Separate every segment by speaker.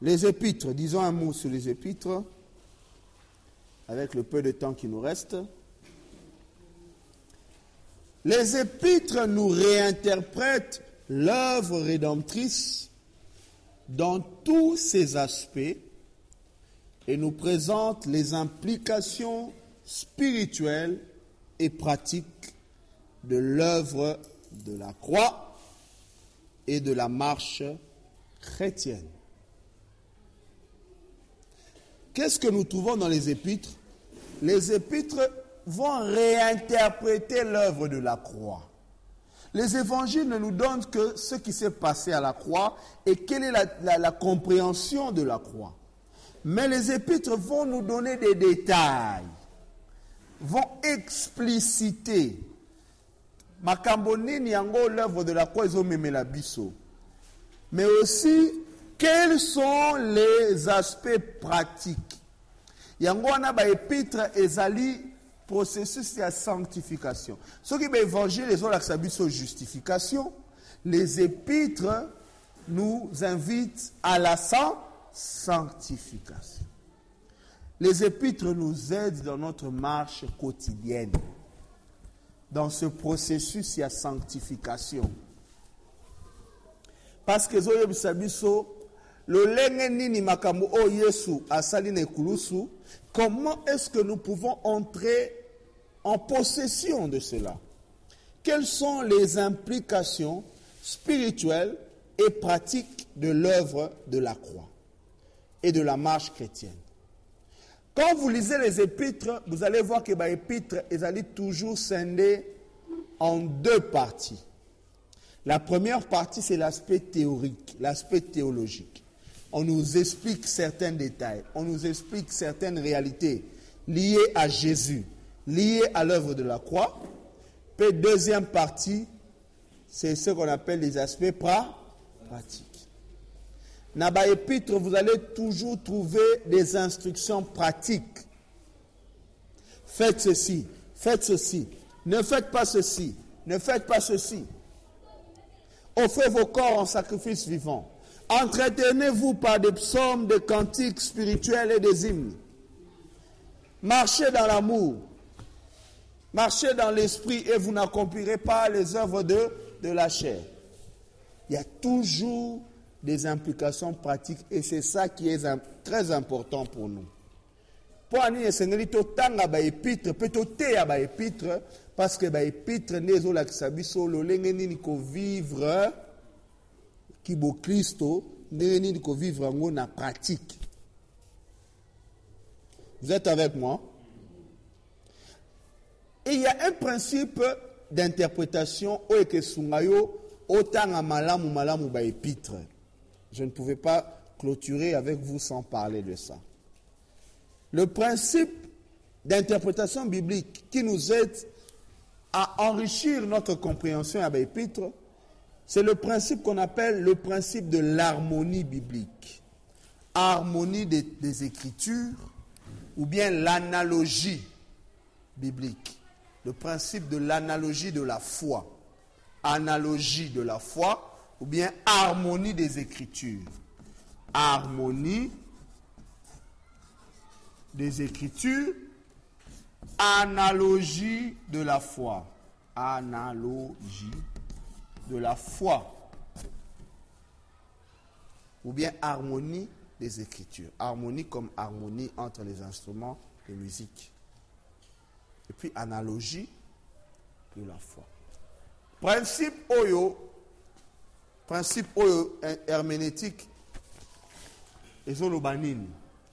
Speaker 1: Les épîtres, disons un mot sur les épîtres, avec le peu de temps qui nous reste. Les épîtres nous réinterprètent l'œuvre rédemptrice dans tous ses aspects et nous présentent les implications spirituelles et pratiques de l'œuvre de la croix et de la marche chrétienne. Qu'est-ce que nous trouvons dans les épîtres? Les épîtres vont réinterpréter l'œuvre de la croix. Les évangiles ne nous donnent que ce qui s'est passé à la croix et quelle est la compréhension de la croix. Mais les épîtres vont nous donner des détails, vont expliciter. Makambo nini yango l'œuvre de la croix ezomemela biso. Mais aussi, quels sont les aspects pratiques? Yango wana ba épître ezali processus de sanctification. Ce qui est évangile, les autres biso justification. Les épîtres nous invitent à la sanctification. Les épîtres nous aident dans notre marche quotidienne, dans ce processus de sanctification. Parce que comment est-ce que nous pouvons entrer en possession de cela? Quelles sont les implications spirituelles et pratiques de l'œuvre de la croix et de la marche chrétienne? Quand vous lisez les épîtres, vous allez voir que les épîtres, ils allaient toujours scinder en deux parties. La première partie, c'est l'aspect théorique, l'aspect théologique. On nous explique certains détails, on nous explique certaines réalités liées à Jésus, liées à l'œuvre de la croix. Puis deuxième partie, c'est ce qu'on appelle les aspects pratiques. Dans les épîtres, vous allez toujours trouver des instructions pratiques. Faites ceci, ne faites pas ceci, ne faites pas ceci. Offrez vos corps en sacrifice vivant. Entretenez-vous par des psaumes, des cantiques spirituels et des hymnes. Marchez dans l'amour. Marchez dans l'esprit et vous n'accomplirez pas les œuvres de la chair. Il y a toujours des implications pratiques et c'est ça qui est très important pour nous. Pour nous, c'est épître parce que les épîtres nezo la kisabiso lolenge nini ko vivre kibo Christo nini ko vivre ngo na pratique. Vous êtes avec moi? Et il y a un principe d'interprétation au que sungayo autant malamu ba épître. Je ne pouvais pas clôturer avec vous sans parler de ça. Le principe d'interprétation biblique qui nous aide à enrichir notre compréhension à l'épître, c'est le principe qu'on appelle le principe de l'harmonie biblique. Harmonie des Écritures ou bien l'analogie biblique. Le principe de l'analogie de la foi. Analogie de la foi ou bien harmonie des Écritures. Harmonie des Écritures. Analogie de la foi. Analogie de la foi. Ou bien harmonie des Écritures. Harmonie comme harmonie entre les instruments de musique. Et puis analogie de la foi. Principe oyo herméneutique. Ezolobanini.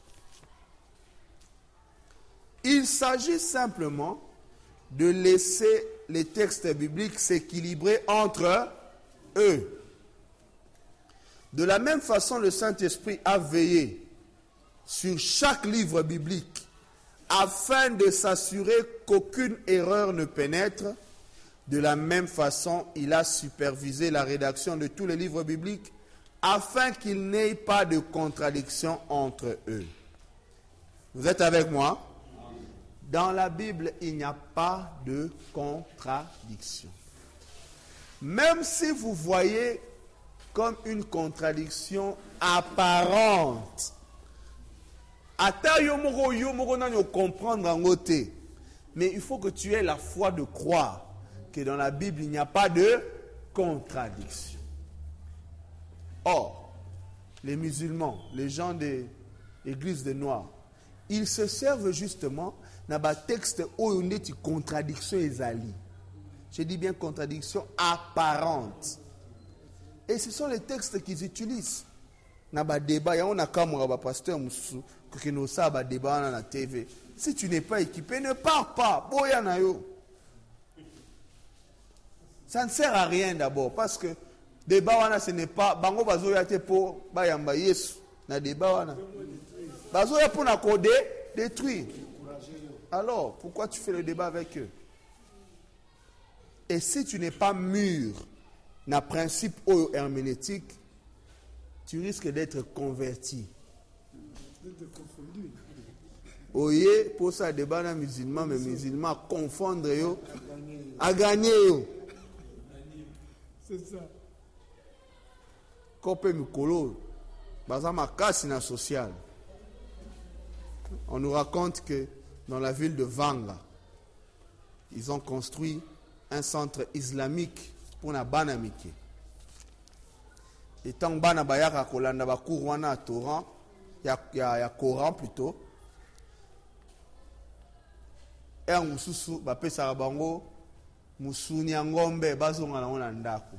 Speaker 1: Il s'agit simplement de laisser les textes bibliques s'équilibrer entre eux. De la même façon, le Saint-Esprit a veillé sur chaque livre biblique afin de s'assurer qu'aucune erreur ne pénètre. De la même façon, il a supervisé la rédaction de tous les livres bibliques afin qu'il n'y ait pas de contradiction entre eux. Vous êtes avec moi? Dans la Bible, il n'y a pas de contradiction. Même si vous voyez comme une contradiction apparente. Ata yo moko nani comprendre en côté. Mais il faut que tu aies la foi de croire que dans la Bible, il n'y a pas de contradiction. Or, les musulmans, les gens de l'église des Noirs, ils se servent justement dans un texte où il y a une contradiction ezali. Je dis bien contradiction apparente. Et ce sont les textes qu'ils utilisent. Dans un débat, il y a un pasteur qui nous a un débat dans la TV. Si tu n'es pas équipé, ne pars pas. Ça ne sert à rien d'abord. Parce que débat, ce n'est pas. Bango bazoyate pour bayamba yesu. Na débat wana. Bazoya pour na code détruire. Alors, pourquoi tu fais le débat avec eux? Et si tu n'es pas mûr dans le principe herméneutique, tu risques d'être converti. Oye, pour ça, débat dans musulman, mais musulman confondre yo, à gagner yo.
Speaker 2: C'est ça.
Speaker 1: Kopé mikolo, bazama kasina social. On nous raconte que dans la ville de Vanga, ils ont construit un centre islamique pour na banamike. Et tant bana bayaka kolanda ba courwana Torah, ya Coran plutôt. Et en mususu ba pesa bango musuni ngombe bazonga na ona ndako.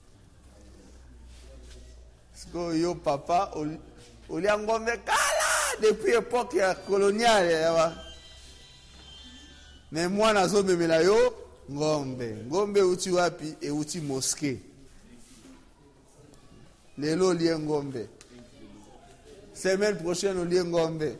Speaker 1: Parce yo papa oli ngombe kala depuis époque coloniale. Mais moi nazo memela yo ngombe uti wapi e uti mosquée. Lelo lié ngombe. Semaine prochaine on lié ngombe.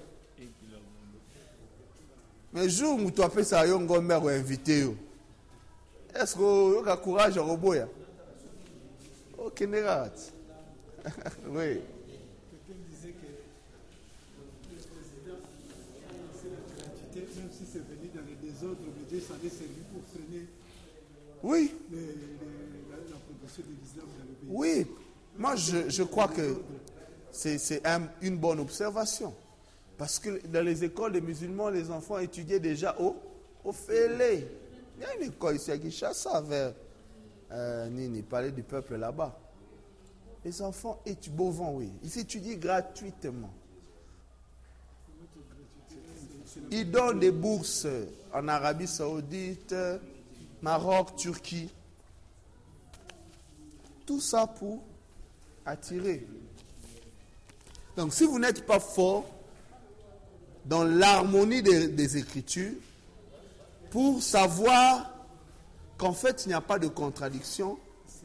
Speaker 1: Mais jour où tu appelles ça yo ngombe ou invité yo. Est-ce que tu as courage à roboya? Ok, négat. Oui.
Speaker 2: Quelqu'un disait que le président, c'est la gratuité, même si c'est venu dans le désordre, mais Dieu s'en est servi pour freiner
Speaker 1: Oui.
Speaker 2: la progression de l'islam dans le pays.
Speaker 1: Oui. Moi, je crois que c'est une bonne observation. Parce que dans les écoles des musulmans, les enfants étudiaient déjà au Félé. Il y a une école ici à Kinshasa vers Nini, parler du peuple là-bas. Les enfants étudient, Beauvant, oui. Ils étudient gratuitement. Ils donnent des bourses en Arabie Saoudite, Maroc, Turquie. Tout ça pour attirer. Donc, si vous n'êtes pas fort dans l'harmonie des Écritures, pour savoir qu'en fait, il n'y a pas de contradiction,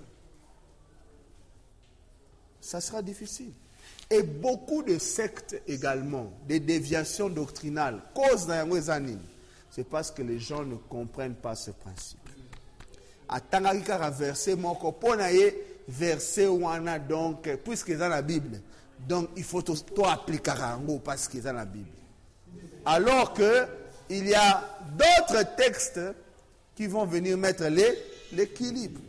Speaker 1: ça sera difficile. Et beaucoup de sectes également, des déviations doctrinales, cause d'un c'est parce que les gens ne comprennent pas ce principe. Atangakika verset moko ponaye verset wana donc puisque dans la Bible, donc il faut tout appliquer parce que dans la Bible. Alors que il y a d'autres textes qui vont venir mettre l'équilibre.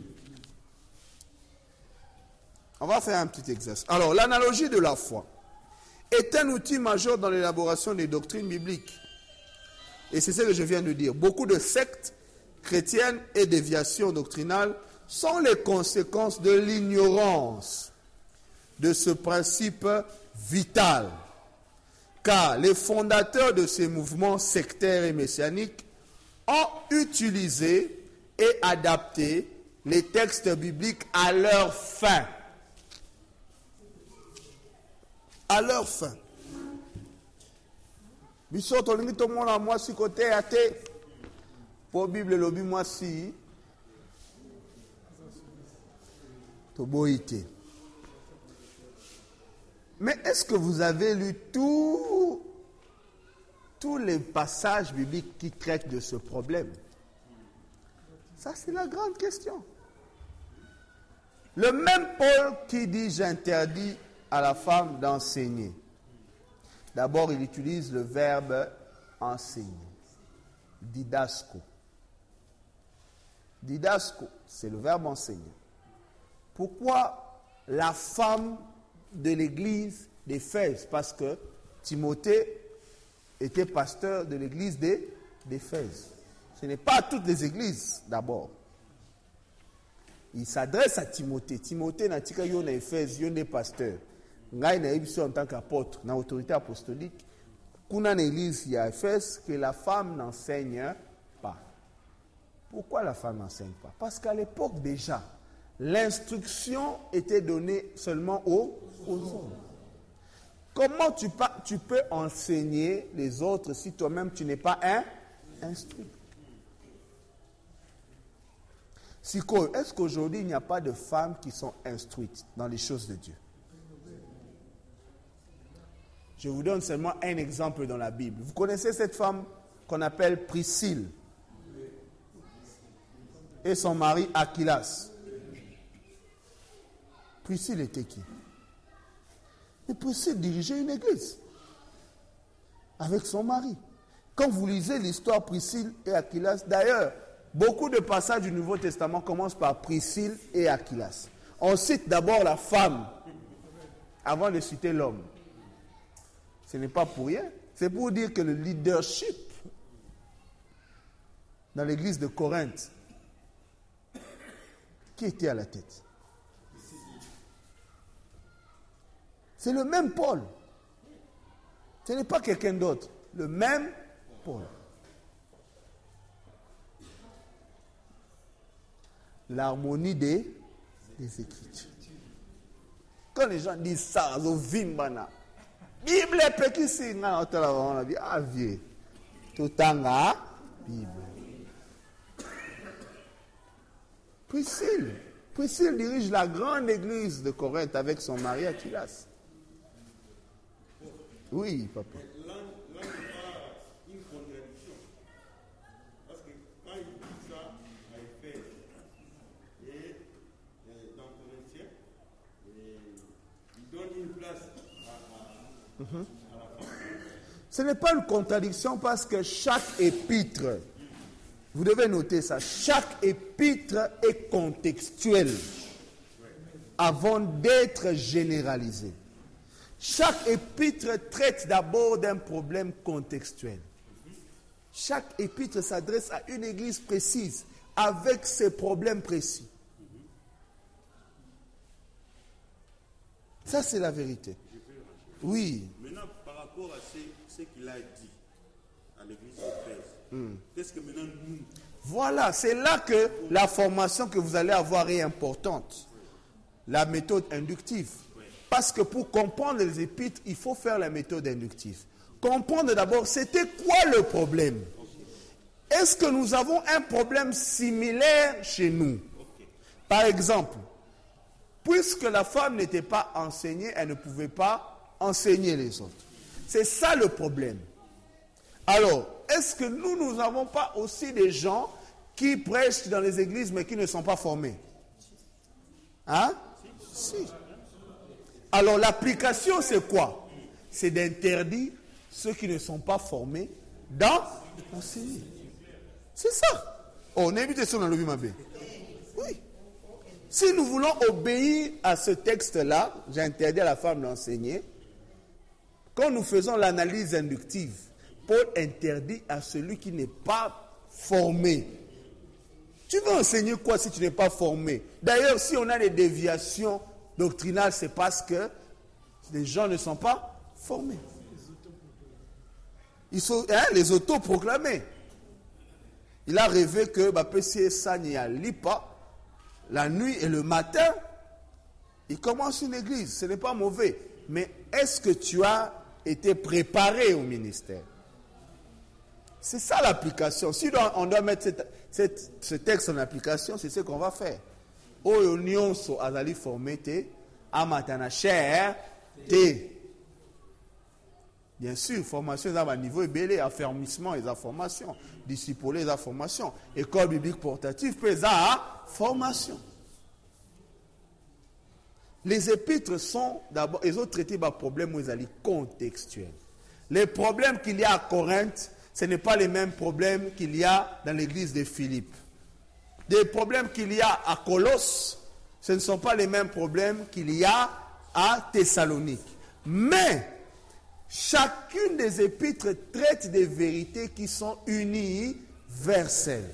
Speaker 1: On va faire un petit exercice. Alors, l'analogie de la foi est un outil majeur dans l'élaboration des doctrines bibliques. Et c'est ce que je viens de dire. Beaucoup de sectes chrétiennes et déviations doctrinales sont les conséquences de l'ignorance de ce principe vital. Car les fondateurs de ces mouvements sectaires et messianiques ont utilisé et adapté les textes bibliques à leur fin. À leur fin. Biso tolingi to mona mwasi côté athée. Pour Bible lobi mwasi to boité. Mais est-ce que vous avez lu tous les passages bibliques qui traitent de ce problème? Ça, c'est la grande question. Le même Paul qui dit « j'interdis à la femme d'enseigner ». D'abord, il utilise le verbe « enseigner ». Didasco. Didasco, c'est le verbe « enseigner ». Pourquoi la femme de l'église d'Éphèse, parce que Timothée était pasteur de l'église d'Éphèse. Ce n'est pas à toutes les églises d'abord. Il s'adresse à Timothée. Timothée n'a pas eu Éphèse, il est pasteur. Il a eu en tant qu'apôtre, dans l'autorité apostolique. Qu'on a une église à Éphèse, que la femme n'enseigne pas. Pourquoi la femme n'enseigne pas? Parce qu'à l'époque déjà, l'instruction était donnée seulement aux hommes. Comment tu peux enseigner les autres si toi-même tu n'es pas instruit? Est-ce qu'aujourd'hui il n'y a pas de femmes qui sont instruites dans les choses de Dieu? Je vous donne seulement un exemple dans la Bible. Vous connaissez cette femme qu'on appelle Priscille et son mari Aquilas. Priscille était qui? Et Priscille dirigeait une église avec son mari. Quand vous lisez l'histoire Priscille et Aquilas, d'ailleurs, beaucoup de passages du Nouveau Testament commencent par Priscille et Aquilas. On cite d'abord la femme avant de citer l'homme. Ce n'est pas pour rien. C'est pour dire que le leadership dans l'église de Corinthe, qui était à la tête? C'est le même Paul. Ce n'est pas quelqu'un d'autre. Le même Paul. L'harmonie des Écritures. Quand les gens disent ça, Zovimbana, Bible est petit, on a dit, ah vieux, tout en Bible. Priscille dirige la grande église de Corinthe avec son mari Aquilas. Oui, papa.
Speaker 3: Là, il y a une contradiction. Parce que quand il dit ça à Éphèse et dans Corinthiens, il donne une place à la femme.
Speaker 1: Ce n'est pas une contradiction parce que chaque épître, vous devez noter ça, chaque épître est contextuel avant d'être généralisé. Chaque épître traite d'abord d'un problème contextuel. Chaque épître s'adresse à une église précise avec ses problèmes précis. Ça, c'est la vérité. Oui.
Speaker 3: Maintenant, par rapport à ce qu'il a dit à l'église d'Éphèse, qu'est-ce que maintenant nous...
Speaker 1: Voilà, c'est là que la formation que vous allez avoir est importante. La méthode inductive. Parce que pour comprendre les épîtres, il faut faire la méthode inductive. Comprendre d'abord, c'était quoi le problème? Est-ce que nous avons un problème similaire chez nous? Par exemple, puisque la femme n'était pas enseignée, elle ne pouvait pas enseigner les autres. C'est ça le problème. Alors, est-ce que nous n'avons pas aussi des gens qui prêchent dans les églises mais qui ne sont pas formés? Hein? Si. Alors, l'application, c'est quoi? C'est d'interdire ceux qui ne sont pas formés d'enseigner. C'est ça. On évite ça dans le Bimabé. Oui. Si nous voulons obéir à ce texte-là, j'interdis à la femme d'enseigner. Quand nous faisons l'analyse inductive, Paul interdit à celui qui n'est pas formé. Tu veux enseigner quoi si tu n'es pas formé? D'ailleurs, si on a des déviations doctrinales, c'est parce que les gens ne sont pas formés. Ils sont les autoproclamés. Il a rêvé que Bapessie Sani à Lipa, la nuit et le matin, il commence une église. Ce n'est pas mauvais. Mais est-ce que tu as été préparé au ministère? C'est ça l'application. Si on doit mettre ce texte en application, c'est ce qu'on va faire. Oyo nyonso azali formé te, amatana cher te. Bien sûr, formation à niveau belé, affermissement et formation, discipuler et formation, école biblique portative, pesa formation. Les épîtres sont d'abord, ils ont traité des problèmes où ils allaient contextuels. Les problèmes qu'il y a à Corinthe, ce n'est pas les mêmes problèmes qu'il y a dans l'église de Philippe. Des problèmes qu'il y a à Colosse Ce ne sont pas les mêmes problèmes qu'il y a à Thessalonique. Mais chacune des épîtres traite des vérités qui sont universelles.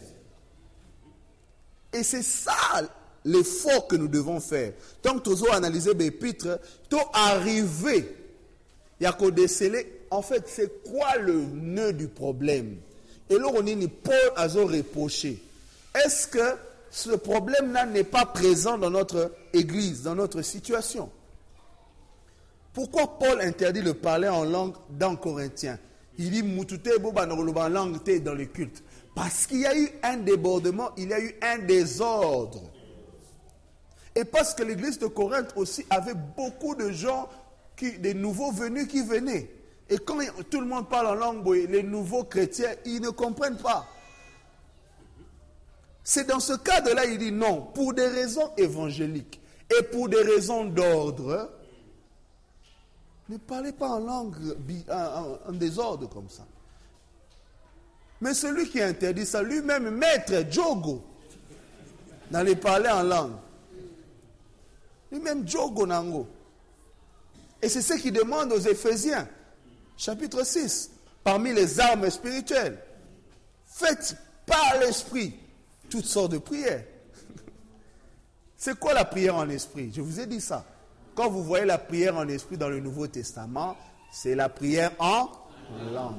Speaker 1: Et c'est ça l'effort que nous devons faire. Donc, nous avons analysé les épîtres, tout arriver, il y a qu'au déceler, en fait, c'est quoi le nœud du problème? Et là, on est Paul a reproché. Est-ce que ce problème-là n'est pas présent dans notre église, dans notre situation? Pourquoi Paul interdit de parler en langue dans Corinthiens? Il dit, Moutouté, Boba, en langue dans le culte. Parce qu'il y a eu un débordement, il y a eu un désordre. Et parce que l'église de Corinthe aussi avait beaucoup de gens, des nouveaux venus qui venaient. Et quand tout le monde parle en langue, les nouveaux chrétiens, ils ne comprennent pas. C'est dans ce cadre-là, il dit non, pour des raisons évangéliques et pour des raisons d'ordre, ne parlez pas en langue, en désordre comme ça. Mais celui qui interdit ça, lui-même, maître Djogo, n'allait parler en langue. Lui-même Djogo Nango. Et c'est ce qu'il demande aux Éphésiens, chapitre 6, parmi les armes spirituelles. Faites par l'esprit toutes sortes de prières. C'est quoi la prière en esprit? Je vous ai dit ça. Quand vous voyez la prière en esprit dans le Nouveau Testament, c'est la prière en langue.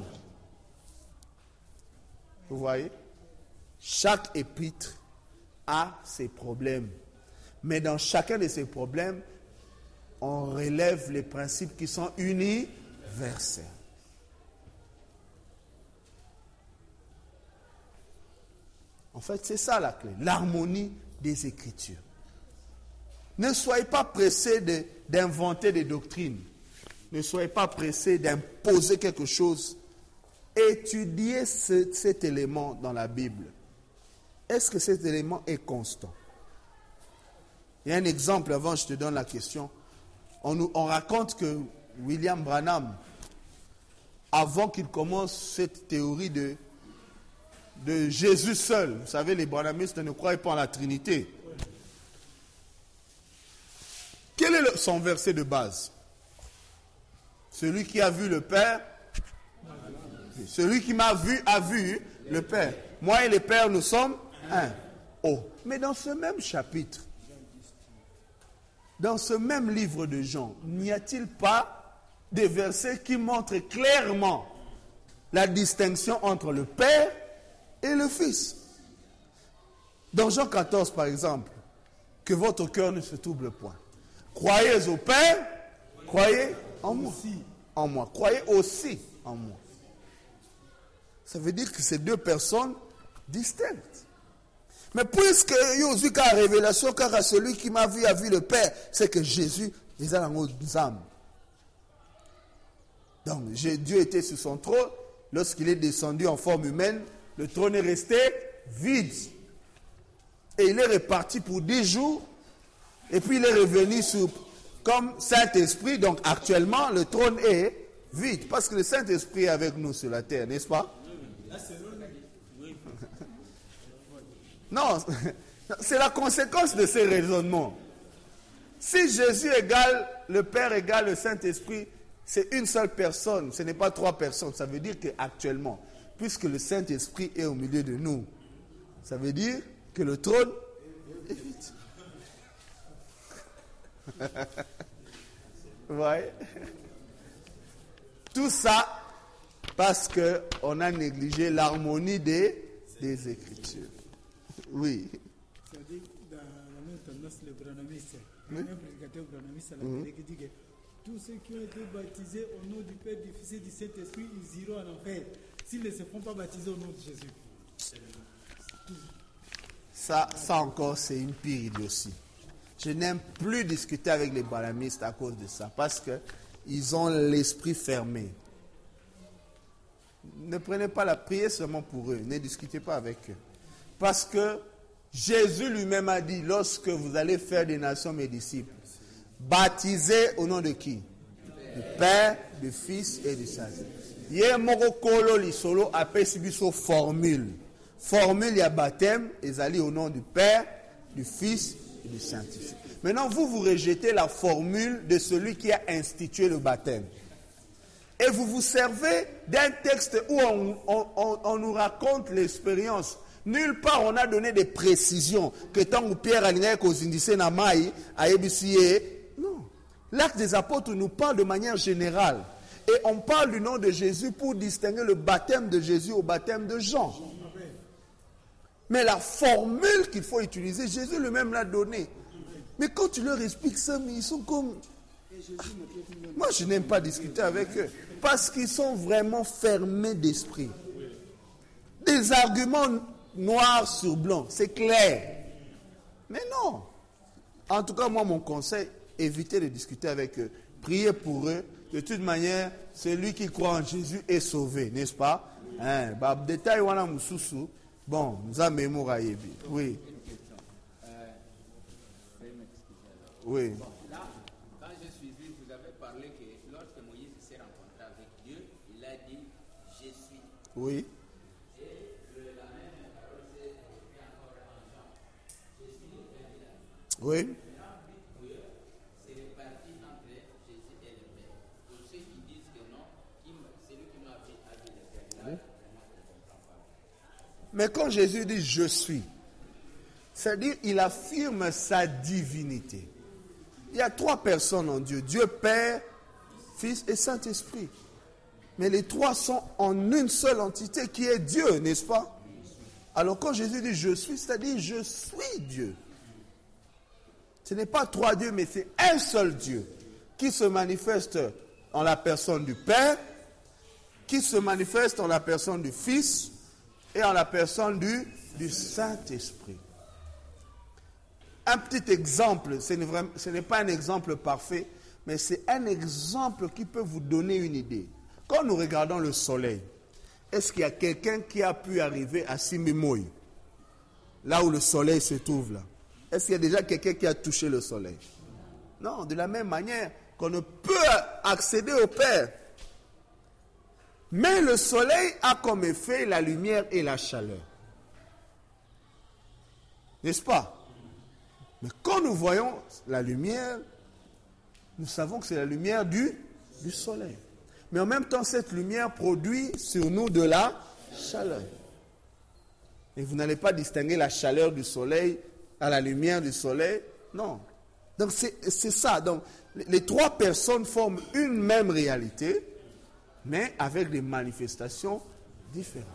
Speaker 1: Vous voyez? Chaque épître a ses problèmes. Mais dans chacun de ces problèmes, on relève les principes qui sont universels. En fait, c'est ça la clé, l'harmonie des Écritures. Ne soyez pas pressés d'inventer des doctrines. Ne soyez pas pressés d'imposer quelque chose. Étudiez cet élément dans la Bible. Est-ce que cet élément est constant? Il y a un exemple, avant je te donne la question. On raconte que William Branham, avant qu'il commence cette théorie de Jésus seul, vous savez, les branhamistes ne croyaient pas en la Trinité. Quel est son verset de base? Celui qui a vu le Père, celui qui m'a vu a vu le Père. Moi et le Père, nous sommes un. Oh. Mais dans ce même chapitre, dans ce même livre de Jean, n'y a-t-il pas des versets qui montrent clairement la distinction entre le Père et le Fils? Dans Jean 14, par exemple, que votre cœur ne se trouble point. Croyez au Père, croyez en moi. En moi. Croyez aussi en moi. Ça veut dire que c'est deux personnes distinctes. Mais puisque il y a aussi la révélation, car à celui qui m'a vu a vu le Père, c'est que Jésus est dans nos âmes. Donc Dieu était sur son trône. Lorsqu'il est descendu en forme humaine, le trône est resté vide. Et il est reparti pour 10 jours. Et puis il est revenu comme Saint-Esprit. Donc actuellement, le trône est vide. Parce que le Saint-Esprit est avec nous sur la terre, n'est-ce pas? Non, c'est la conséquence de ces raisonnements. Si Jésus égale le Père égale le Saint-Esprit, c'est une seule personne, ce n'est pas 3 personnes. Ça veut dire qu'actuellement, puisque le Saint-Esprit est au milieu de nous, ça veut dire que le trône est vide. Ouais. Tout ça parce qu'on a négligé l'harmonie des Écritures. Oui.
Speaker 2: C'est-à-dire, dans la même tendance, le branhamiste, un prédicateur branhamiste à la télé qui dit que tous ceux qui ont été baptisés au nom du Père, du Fils et du Saint-Esprit, ils iront en enfer s'ils ne se font pas baptiser au nom de Jésus.
Speaker 1: Ça encore, c'est une pire idiotie. Je n'aime plus discuter avec les branhamistes à cause de ça, parce qu'ils ont l'esprit fermé. Ne prenez pas la prière seulement pour eux, ne discutez pas avec eux. Parce que Jésus lui-même a dit, lorsque vous allez faire des nations mes disciples, baptisez au nom de qui? Du Père, du Fils et du Saint-Esprit. Yé moko kolo li solo apesi biso formule. Formule ya baptême, ezali au nom du Père, du Fils et du Saint-Esprit. Maintenant, vous rejetez la formule de celui qui a institué le baptême. Et vous vous servez d'un texte où on nous raconte l'expérience. Nulle part on a donné des précisions que tant que Pierre a dit na mai a non. L'acte des apôtres nous parle de manière générale. Et on parle du nom de Jésus pour distinguer le baptême de Jésus au baptême de Jean. Mais la formule qu'il faut utiliser, Jésus lui-même l'a donnée. Mais quand tu leur expliques ça, ils sont comme... Moi, je n'aime pas discuter avec eux. Parce qu'ils sont vraiment fermés d'esprit. Des arguments noirs sur blanc, c'est clair. Mais non. En tout cas, moi, mon conseil, évitez de discuter avec eux. Priez pour eux. De toute manière, celui qui croit en Jésus est sauvé, n'est-ce pas? Détail, bon, nous avons mémoire. Oui. Oui.
Speaker 4: Bon, là, quand je suis vu, vous avez parlé que lorsque Moïse s'est rencontré avec Dieu, il a dit « Je suis ».
Speaker 1: Oui.
Speaker 4: Et la même parole s'est écrite encore en Jean. « Je suis le Père de la vie ».
Speaker 1: Oui.
Speaker 4: Maintenant, pour eux, c'est réparti entre Jésus et le Père. Pour ceux qui disent que non, celui qui m'a vu a vu le Père. Là, vraiment, je ne comprends pas.
Speaker 1: Mais quand Jésus dit « Je suis », c'est-à-dire il affirme sa divinité. Il y a 3 personnes en Dieu. Dieu Père, Fils et Saint-Esprit. Mais les 3 sont en une seule entité qui est Dieu, n'est-ce pas? Alors quand Jésus dit « Je suis », c'est-à-dire « Je suis Dieu ». Ce n'est pas 3 dieux, mais c'est un seul Dieu qui se manifeste en la personne du Père, qui se manifeste en la personne du Fils et en la personne du Saint-Esprit. Un petit exemple, ce n'est pas un exemple parfait, mais c'est un exemple qui peut vous donner une idée. Quand nous regardons le soleil, est-ce qu'il y a quelqu'un qui a pu arriver à Simimoy, là où le soleil se trouve là? Est-ce qu'il y a déjà quelqu'un qui a touché le soleil? Non, de la même manière qu'on ne peut accéder au Père. Mais le soleil a comme effet la lumière et la chaleur. N'est-ce pas? Mais quand nous voyons la lumière, nous savons que c'est la lumière du soleil. Mais en même temps, cette lumière produit sur nous de la chaleur. Et vous n'allez pas distinguer la chaleur du soleil à la lumière du soleil. Non. Donc c'est ça. Donc les 3 personnes forment une même réalité, mais avec des manifestations différentes.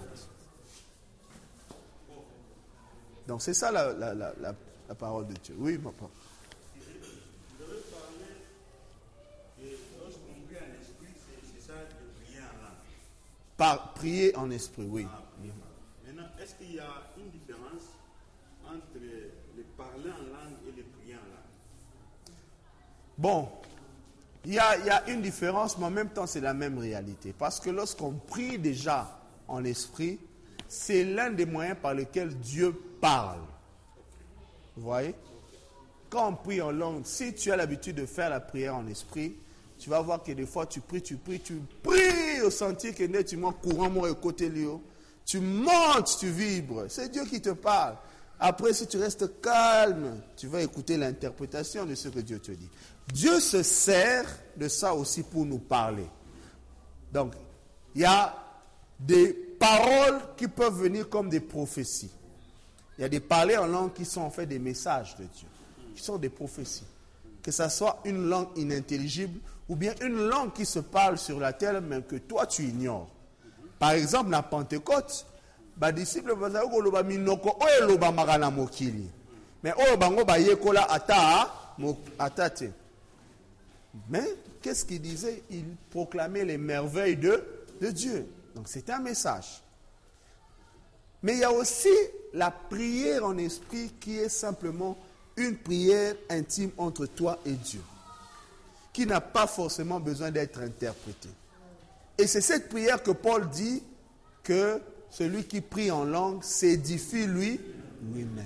Speaker 1: Donc c'est ça la parole de Dieu. Oui, papa.
Speaker 3: Vous avez parlé que lorsqu'on prie en esprit, c'est ça de prier en langue.
Speaker 1: Par prier en esprit, oui.
Speaker 3: Maintenant, est-ce qu'il y a une différence entre le parler en langue et le prier en langue?
Speaker 1: Bon, il y a une différence, mais en même temps, c'est la même réalité. Parce que lorsqu'on prie déjà en esprit, c'est l'un des moyens par lesquels Dieu parle. Vous voyez? Quand on prie en langue, si tu as l'habitude de faire la prière en esprit, tu vas voir que des fois tu pries au sentier que tu montes courant moi côté Léo. Tu montes, tu vibres. C'est Dieu qui te parle. Après, si tu restes calme, tu vas écouter l'interprétation de ce que Dieu te dit. Dieu se sert de ça aussi pour nous parler. Donc, il y a des paroles qui peuvent venir comme des prophéties. Il y a des parlers en langue qui sont en fait des messages de Dieu, qui sont des prophéties. Que ce soit une langue inintelligible ou bien une langue qui se parle sur la terre mais que toi tu ignores. Par exemple, la Pentecôte, les disciples vont dire minoko oeloba magana mokili. Mais obango ba yekola atate. Mais qu'est-ce qu'il disait? Il proclamait les merveilles de Dieu. Donc c'est un message. Mais il y a aussi la prière en esprit qui est simplement une prière intime entre toi et Dieu, qui n'a pas forcément besoin d'être interprétée. Et c'est cette prière que Paul dit que celui qui prie en langue s'édifie lui-même.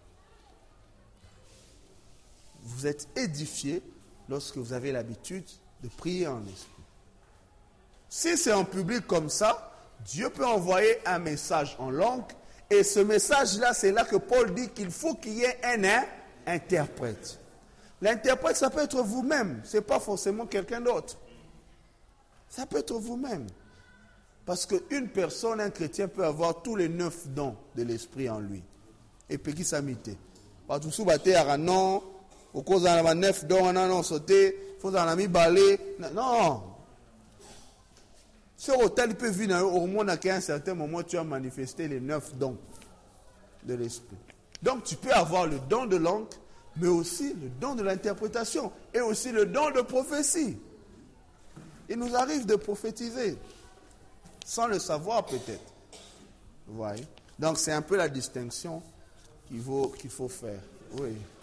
Speaker 1: Vous êtes édifié lorsque vous avez l'habitude de prier en esprit. Si c'est en public comme ça, Dieu peut envoyer un message en langue, et ce message-là, c'est là que Paul dit qu'il faut qu'il y ait interprète. L'interprète, ça peut être vous-même. Ce n'est pas forcément quelqu'un d'autre. Ça peut être vous-même. Parce qu'une personne, un chrétien, peut avoir tous les 9 dons de l'esprit en lui. Et puis qui s'amite. Parce que si non, au cause de 9 dons, non, sauter, il faut en ami balai. Non. Sur l'hôtel, il peut venir au monde qu'à un certain moment, tu as manifesté les 9 dons de l'esprit. Donc tu peux avoir le don de langue, mais aussi le don de l'interprétation et aussi le don de prophétie. Il nous arrive de prophétiser, sans le savoir peut-être. Vous voyez? Donc c'est un peu la distinction qu'il faut faire. Oui.